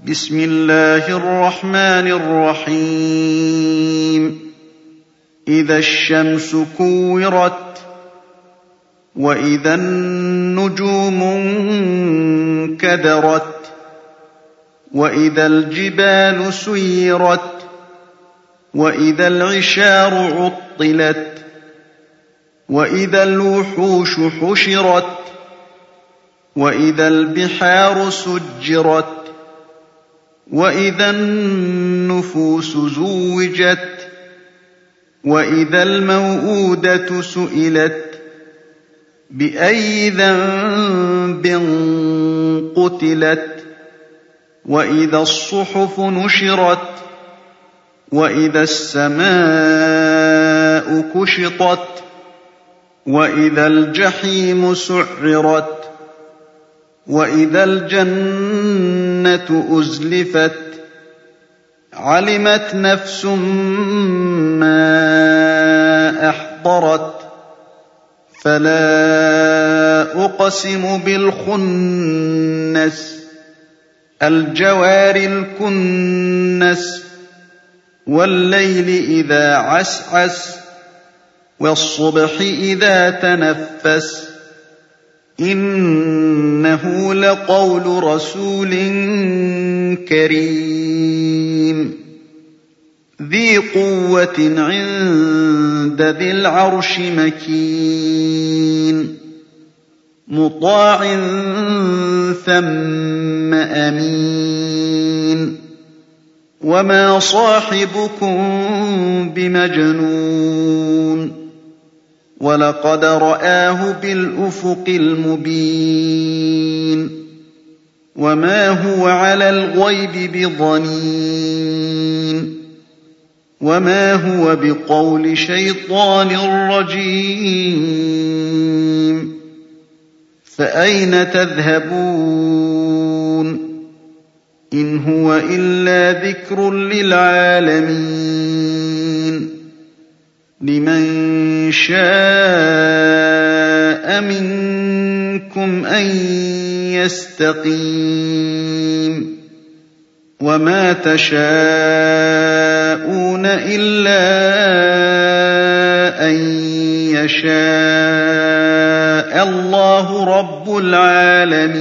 بسم الله الرحمن الرحيم إذا الشمس كورت وإذا النجوم انكدرت وإذا الجبال سيرت وإذا العشار عطلت وإذا الوحوش حشرت وإذا البحار سجرت وإذا النفوس زوجت وإذا الموءودة سئلت بأي ذنب قتلت وإذا الصحف نشرت وإذا السماء كشطت وإذا الجحيم سعرت وإذا الجنة أزلفت علمت نفس ما أحضرت فلا أقسم بالخنس الجوار الكنس والليل إذا عسعس والصبح إذا تنفس إنه لقول رسول كريم ذي قوة عند ذي العرش مكين مطاع ثم أمين وما صاحبكم بمجنون ولقد رآه بالأفق المبين وما هو على الغيب بضنين وما هو بقول شيطان رجيم فأين تذهبون إن هو إلا ذكر للعالمين لمن شاء منكم أن يستقيم وما تشاءون إلا أن يشاء الله رب العالمين.